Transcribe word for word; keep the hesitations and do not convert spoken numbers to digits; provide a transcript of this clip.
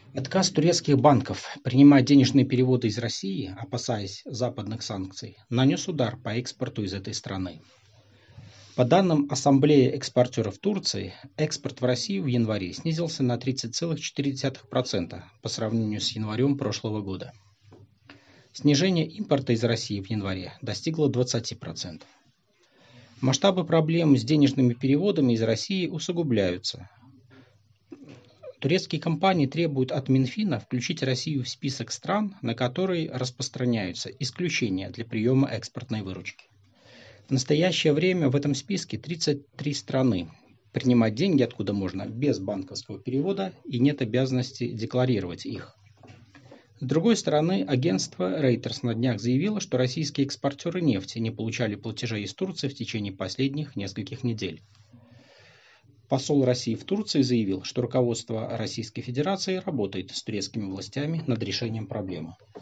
Отказ турецких банков принимать денежные переводы из России, опасаясь западных санкций, нанес удар по экспорту из этой страны. По данным Ассамблеи экспортеров Турции, экспорт в Россию в январе снизился на тридцать целых четыре десятых процента по сравнению с январем прошлого года. Снижение импорта из России в январе достигло двадцати процентов. Масштабы проблем с денежными переводами из России усугубляются. Турецкие компании требуют от Минфина включить Россию в список стран, на которые распространяются исключения для приема экспортной выручки. В настоящее время в этом списке тридцать три страны. Принимать деньги откуда можно без банковского перевода и нет обязанности декларировать их. С другой стороны, агентство Reuters на днях заявило, что российские экспортеры нефти не получали платежей из Турции в течение последних нескольких недель. Посол России в Турции заявил, что руководство Российской Федерации работает с турецкими властями над решением проблемы.